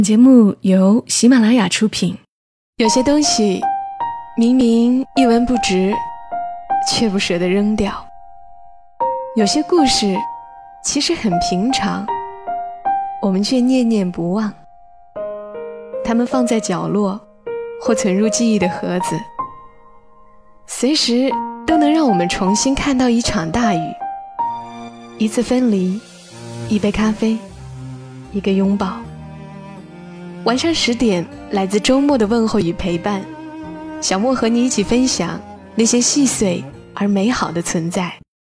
节目由喜马拉雅出品。有些东西明明一文不值，却不舍得扔掉；有些故事其实很平常，我们却念念不忘。它们放在角落，或存入记忆的盒子，随时都能让我们重新看到一场大雨，一次分离，一杯咖啡，一个拥抱。晚上10点，来自周末的问候与陪伴，小莫和你一起分享那些细碎而美好的存在。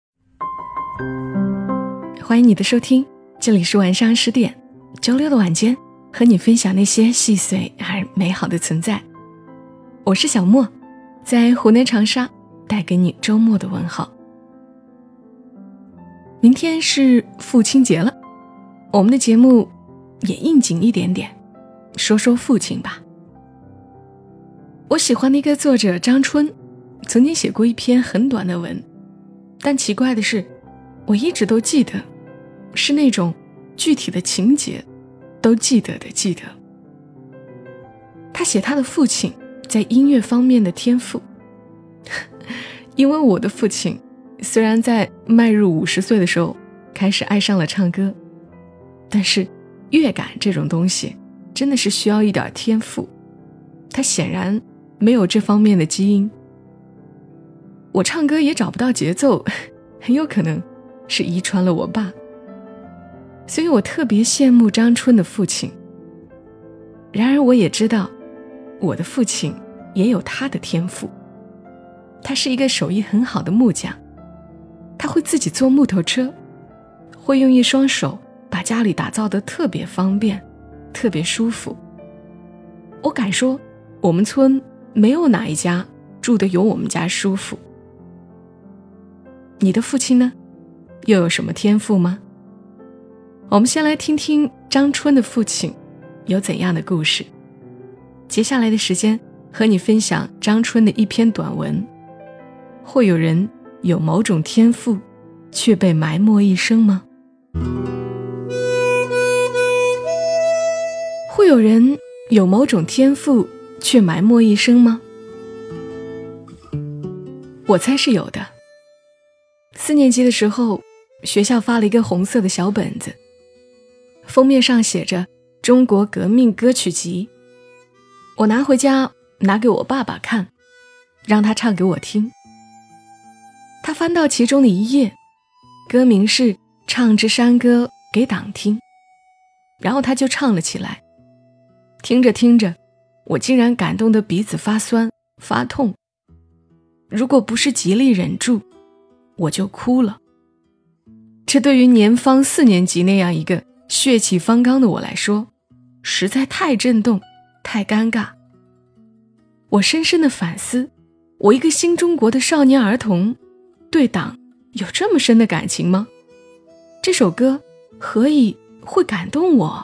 欢迎你的收听，这里是晚上10点，周六的晚间，和你分享那些细碎而美好的存在。我是小莫，在湖南长沙带给你周末的问候。明天是父亲节了，我们的节目也应景一点点，说说父亲吧。我喜欢的一个作者张春曾经写过一篇很短的文，但奇怪的是我一直都记得，是那种具体的情节都记得的记得。他写他的父亲在音乐方面的天赋。因为我的父亲虽然在迈入50岁的时候开始爱上了唱歌，但是乐感这种东西真的是需要一点天赋，他显然没有这方面的基因。我唱歌也找不到节奏，很有可能是遗传了我爸，所以我特别羡慕张春的父亲。然而我也知道我的父亲也有他的天赋，他是一个手艺很好的木匠，他会自己做木头车，会用一双手把家里打造得特别方便，特别舒服。我敢说我们村没有哪一家住得有我们家舒服。你的父亲呢，又有什么天赋吗？我们先来听听张春的父亲有怎样的故事。接下来的时间和你分享张春的一篇短文，会有人有某种天赋却被埋没一生吗？会有人有某种天赋却埋没一生吗？我猜是有的。4年级的时候，学校发了一个红色的小本子，封面上写着中国革命歌曲集。我拿回家拿给我爸爸看，让他唱给我听。他翻到其中的一页，歌名是唱支山歌给党听，然后他就唱了起来。听着听着，我竟然感动得鼻子发酸发痛，如果不是极力忍住，我就哭了。这对于年方4年级那样一个血气方刚的我来说，实在太震动太尴尬。我深深地反思，我一个新中国的少年儿童对党有这么深的感情吗？这首歌何以会感动我？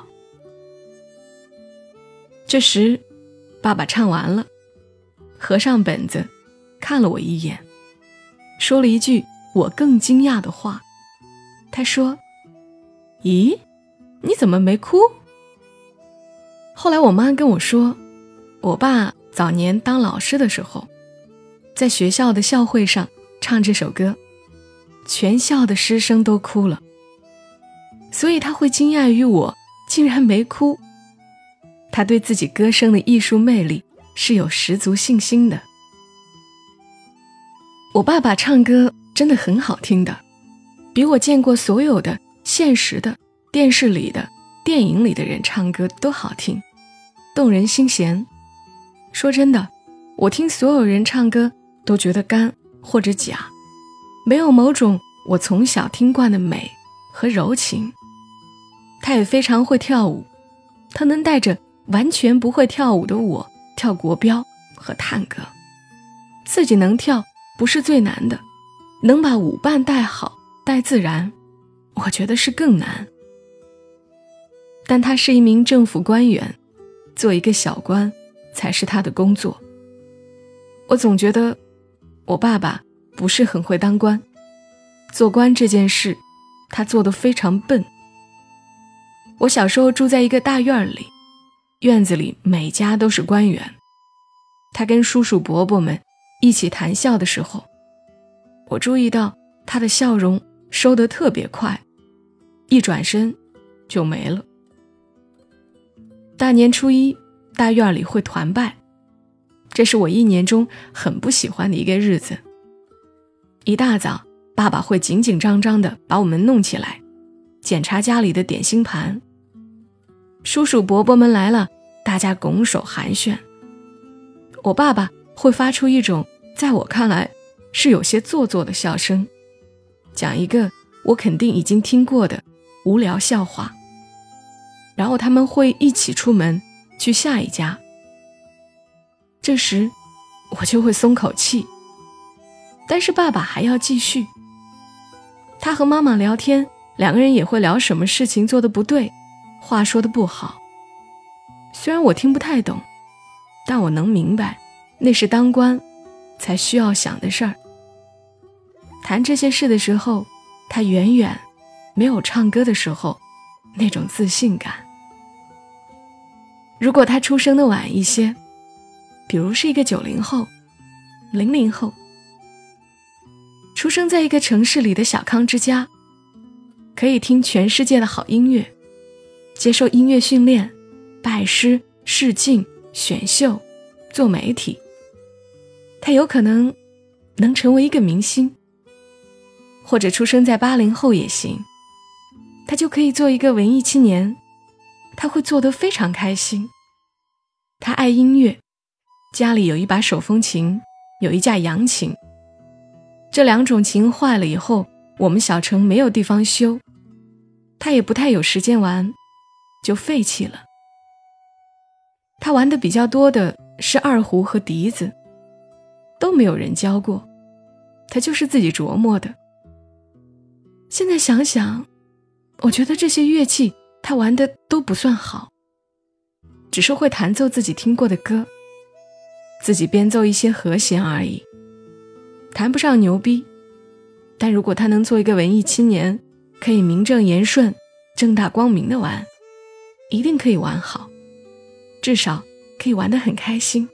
这时爸爸唱完了，合上本子看了我一眼，说了一句我更惊讶的话。他说：咦，你怎么没哭？后来我妈跟我说，我爸早年当老师的时候，在学校的校会上唱这首歌，全校的师生都哭了，所以他会惊讶于我竟然没哭。他对自己歌声的艺术魅力是有十足信心的。我爸爸唱歌真的很好听的，比我见过所有的现实的、电视里的、电影里的人唱歌都好听，动人心弦。说真的，我听所有人唱歌都觉得干或者假，没有某种我从小听惯的美和柔情。他也非常会跳舞，他能带着完全不会跳舞的我跳国标和探戈。自己能跳不是最难的，能把舞伴带好带自然，我觉得是更难。但他是一名政府官员，做一个小官才是他的工作。我总觉得我爸爸不是很会当官，做官这件事他做得非常笨。我小时候住在一个大院里， 院子里每家都是官员。他跟叔叔伯伯们一起谈笑的时候，我注意到他的笑容收得特别快，一转身就没了。大年初一，大院里会团拜，这是我一年中很不喜欢的一个日子。一大早，爸爸会紧紧张张地把我们弄起来，检查家里的点心盘。叔叔伯伯们来了，大家拱手寒暄。我爸爸会发出一种在我看来是有些做作的笑声，讲一个我肯定已经听过的无聊笑话，然后他们会一起出门去下一家。这时我就会松口气，但是爸爸还要继续。他和妈妈聊天，两个人也会聊什么事情做得不对，话说得不好。虽然我听不太懂，但我能明白那是当官才需要想的事儿。谈这些事的时候，他远远没有唱歌的时候那种自信感。如果他出生的晚一些，比如是一个90后、00后，出生在一个城市里的小康之家，可以听全世界的好音乐，接受音乐训练，拜师、试镜、选秀，做媒体，他有可能能成为一个明星。或者出生在80后也行，他就可以做一个文艺青年，他会做得非常开心。他爱音乐，家里有一把手风琴，有一架扬琴。这两种琴坏了以后，我们小城没有地方修，他也不太有时间玩，就废弃了。他玩的比较多的是二胡和笛子，都没有人教过，他就是自己琢磨的。现在想想，我觉得这些乐器他玩的都不算好，只是会弹奏自己听过的歌，自己编奏一些和弦而已，谈不上牛逼。但如果他能做一个文艺青年，可以名正言顺、正大光明的玩，一定可以玩好，至少可以玩得很开心。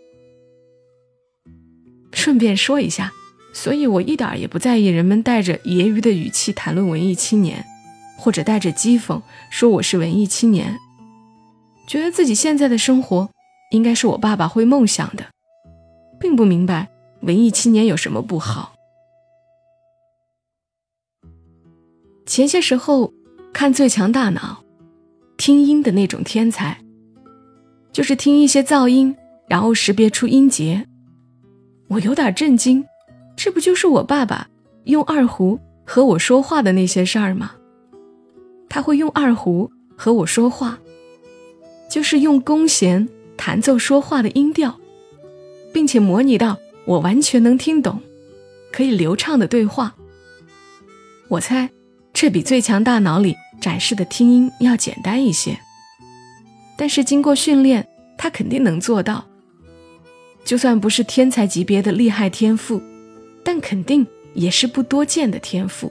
顺便说一下，所以我一点也不在意人们带着揶揄的语气谈论文艺青年，或者带着讥讽说我是文艺青年，觉得自己现在的生活应该是我爸爸会梦想的，并不明白文艺青年有什么不好。前些时候看《最强大脑》，听音的那种天才，就是听一些噪音，然后识别出音节。我有点震惊，这不就是我爸爸用二胡和我说话的那些事儿吗？他会用二胡和我说话，就是用弓弦弹奏说话的音调，并且模拟到我完全能听懂，可以流畅的对话。我猜这比最强大脑里展示的听音要简单一些，但是经过训练，他肯定能做到。就算不是天才级别的厉害天赋，但肯定也是不多见的天赋。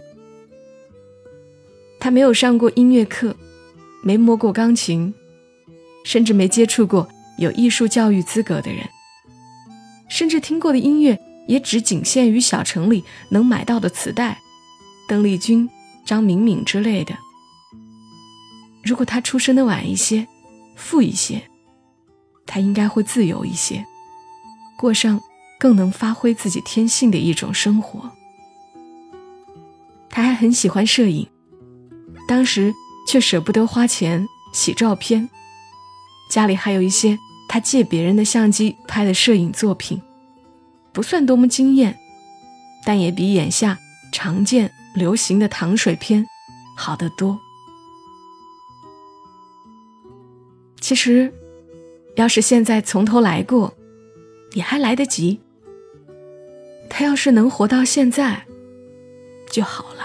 他没有上过音乐课，没摸过钢琴，甚至没接触过有艺术教育资格的人，甚至听过的音乐也只仅限于小城里能买到的磁带，邓丽君、张敏敏之类的。如果他出生的晚一些，富一些，他应该会自由一些，过上更能发挥自己天性的一种生活。他还很喜欢摄影，当时却舍不得花钱洗照片，家里还有一些他借别人的相机拍的摄影作品，不算多么惊艳，但也比眼下常见流行的糖水片好得多。其实要是现在从头来过也还来得及，他要是能活到现在就好了。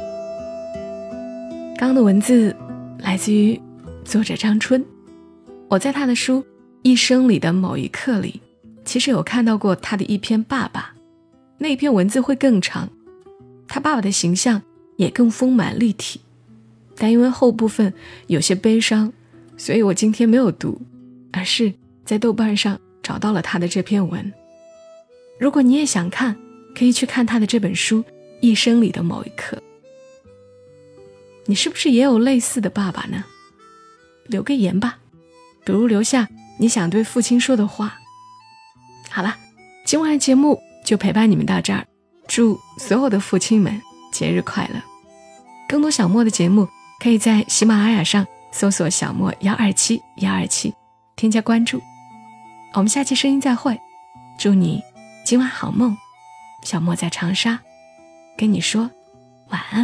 刚的文字来自于作者张春， 我在他的书《一生里的某一刻》里，其实有看到过他的一篇爸爸，那一篇文字会更长，他爸爸的形象也更丰满立体，但因为后部分有些悲伤，所以我今天没有读，而是在豆瓣上找到了他的这篇文。如果你也想看，可以去看他的这本书《一生里的某一刻》。你是不是也有类似的爸爸呢？留个言吧，比如留下你想对父亲说的话。好了，今晚的节目就陪伴你们到这儿，祝所有的父亲们节日快乐。更多小莫的节目可以在喜马拉雅上搜索小莫127，添加关注。我们下期声音再会，祝你今晚好梦。小莫在长沙跟你说晚安。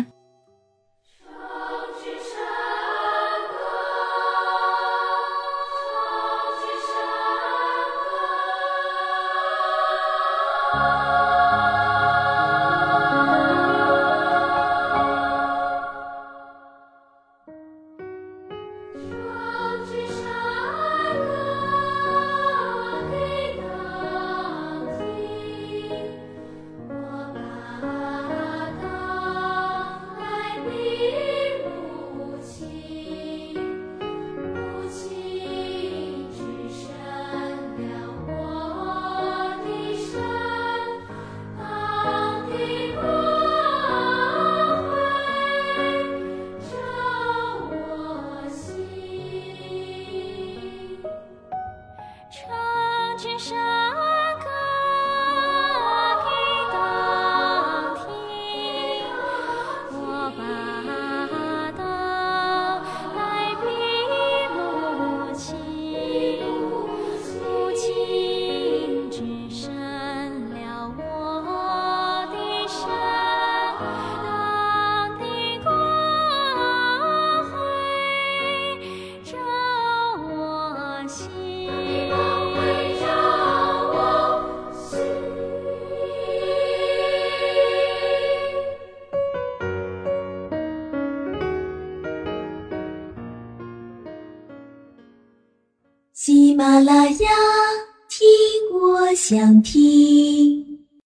喜马拉雅，听我想听。